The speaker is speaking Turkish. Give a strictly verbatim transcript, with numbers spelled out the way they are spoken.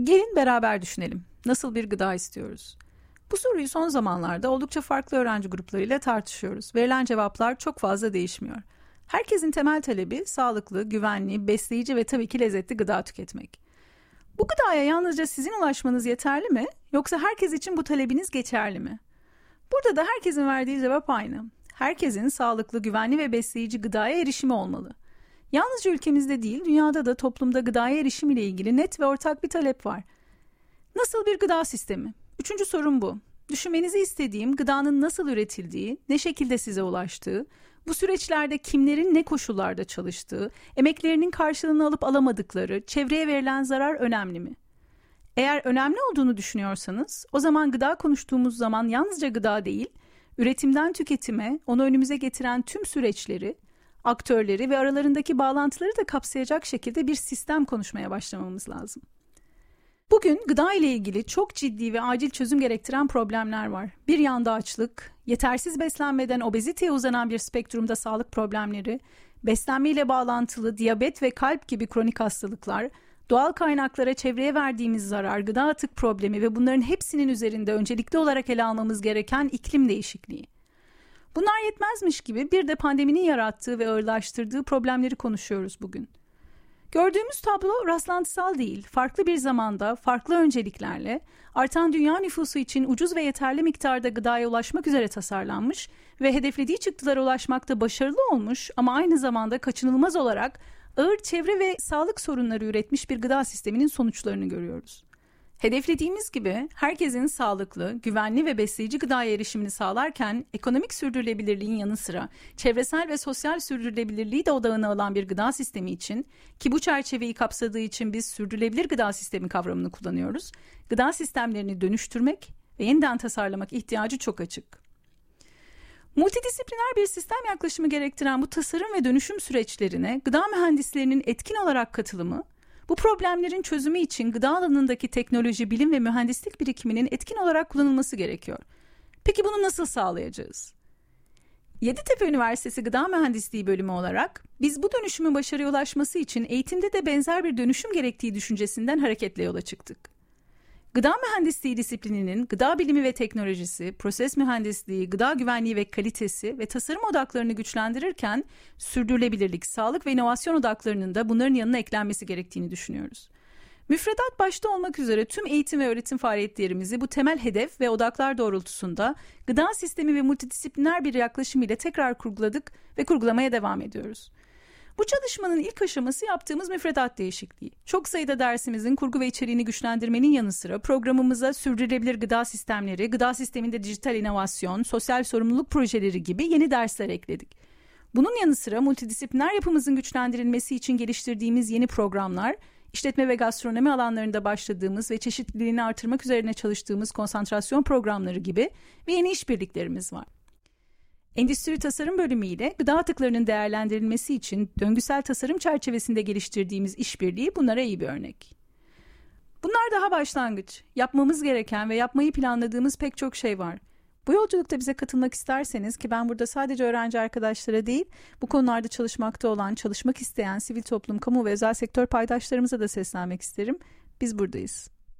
Gelin beraber düşünelim. Nasıl bir gıda istiyoruz? Bu soruyu son zamanlarda oldukça farklı öğrenci gruplarıyla tartışıyoruz. Verilen cevaplar çok fazla değişmiyor. Herkesin temel talebi sağlıklı, güvenli, besleyici ve tabii ki lezzetli gıda tüketmek. Bu gıdaya yalnızca sizin ulaşmanız yeterli mi? Yoksa herkes için bu talebiniz geçerli mi? Burada da herkesin verdiği cevap aynı. Herkesin sağlıklı, güvenli ve besleyici gıdaya erişimi olmalı. Yalnızca ülkemizde değil, dünyada da toplumda gıdaya erişim ile ilgili net ve ortak bir talep var. Nasıl bir gıda sistemi? Üçüncü sorum bu. Düşünmenizi istediğim gıdanın nasıl üretildiği, ne şekilde size ulaştığı, bu süreçlerde kimlerin ne koşullarda çalıştığı, emeklerinin karşılığını alıp alamadıkları, çevreye verilen zarar önemli mi? Eğer önemli olduğunu düşünüyorsanız, o zaman gıda konuştuğumuz zaman yalnızca gıda değil, üretimden tüketime, onu önümüze getiren tüm süreçleri, aktörleri ve aralarındaki bağlantıları da kapsayacak şekilde bir sistem konuşmaya başlamamız lazım. Bugün gıda ile ilgili çok ciddi ve acil çözüm gerektiren problemler var. Bir yanda açlık, yetersiz beslenmeden obeziteye uzanan bir spektrumda sağlık problemleri, beslenme ile bağlantılı diyabet ve kalp gibi kronik hastalıklar, doğal kaynaklara, çevreye verdiğimiz zarar, gıda atık problemi ve bunların hepsinin üzerinde öncelikli olarak ele almamız gereken iklim değişikliği. Bunlar yetmezmiş gibi bir de pandeminin yarattığı ve ağırlaştırdığı problemleri konuşuyoruz bugün. Gördüğümüz tablo rastlantısal değil, farklı bir zamanda, farklı önceliklerle, artan dünya nüfusu için ucuz ve yeterli miktarda gıdaya ulaşmak üzere tasarlanmış ve hedeflediği çıktılara ulaşmakta başarılı olmuş ama aynı zamanda kaçınılmaz olarak ağır çevre ve sağlık sorunları üretmiş bir gıda sisteminin sonuçlarını görüyoruz. Hedeflediğimiz gibi herkesin sağlıklı, güvenli ve besleyici gıdaya erişimini sağlarken ekonomik sürdürülebilirliğin yanı sıra çevresel ve sosyal sürdürülebilirliği de odağına alan bir gıda sistemi için ki bu çerçeveyi kapsadığı için biz sürdürülebilir gıda sistemi kavramını kullanıyoruz. Gıda sistemlerini dönüştürmek ve yeniden tasarlamak ihtiyacı çok açık. Multidisipliner bir sistem yaklaşımı gerektiren bu tasarım ve dönüşüm süreçlerine gıda mühendislerinin etkin olarak katılımı, bu problemlerin çözümü için gıda alanındaki teknoloji, bilim ve mühendislik birikiminin etkin olarak kullanılması gerekiyor. Peki bunu nasıl sağlayacağız? Yeditepe Üniversitesi Gıda Mühendisliği bölümü olarak biz bu dönüşümün başarıya ulaşması için eğitimde de benzer bir dönüşüm gerektiği düşüncesinden hareketle yola çıktık. Gıda mühendisliği disiplininin gıda bilimi ve teknolojisi, proses mühendisliği, gıda güvenliği ve kalitesi ve tasarım odaklarını güçlendirirken sürdürülebilirlik, sağlık ve inovasyon odaklarının da bunların yanına eklenmesi gerektiğini düşünüyoruz. Müfredat başta olmak üzere tüm eğitim ve öğretim faaliyetlerimizi bu temel hedef ve odaklar doğrultusunda gıda sistemi ve multidisipliner bir yaklaşım ile tekrar kurguladık ve kurgulamaya devam ediyoruz. Bu çalışmanın ilk aşaması yaptığımız müfredat değişikliği. Çok sayıda dersimizin kurgu ve içeriğini güçlendirmenin yanı sıra programımıza sürdürülebilir gıda sistemleri, gıda sisteminde dijital inovasyon, sosyal sorumluluk projeleri gibi yeni dersler ekledik. Bunun yanı sıra multidisipliner yapımızın güçlendirilmesi için geliştirdiğimiz yeni programlar, işletme ve gastronomi alanlarında başladığımız ve çeşitliliğini artırmak üzerine çalıştığımız konsantrasyon programları gibi ve yeni işbirliklerimiz var. Endüstri Tasarım Bölümü ile gıda atıklarının değerlendirilmesi için döngüsel tasarım çerçevesinde geliştirdiğimiz işbirliği bunlara iyi bir örnek. Bunlar daha başlangıç. Yapmamız gereken ve yapmayı planladığımız pek çok şey var. Bu yolculukta bize katılmak isterseniz ki ben burada sadece öğrenci arkadaşlara değil, bu konularda çalışmakta olan, çalışmak isteyen sivil toplum, kamu ve özel sektör paydaşlarımıza da seslenmek isterim. Biz buradayız.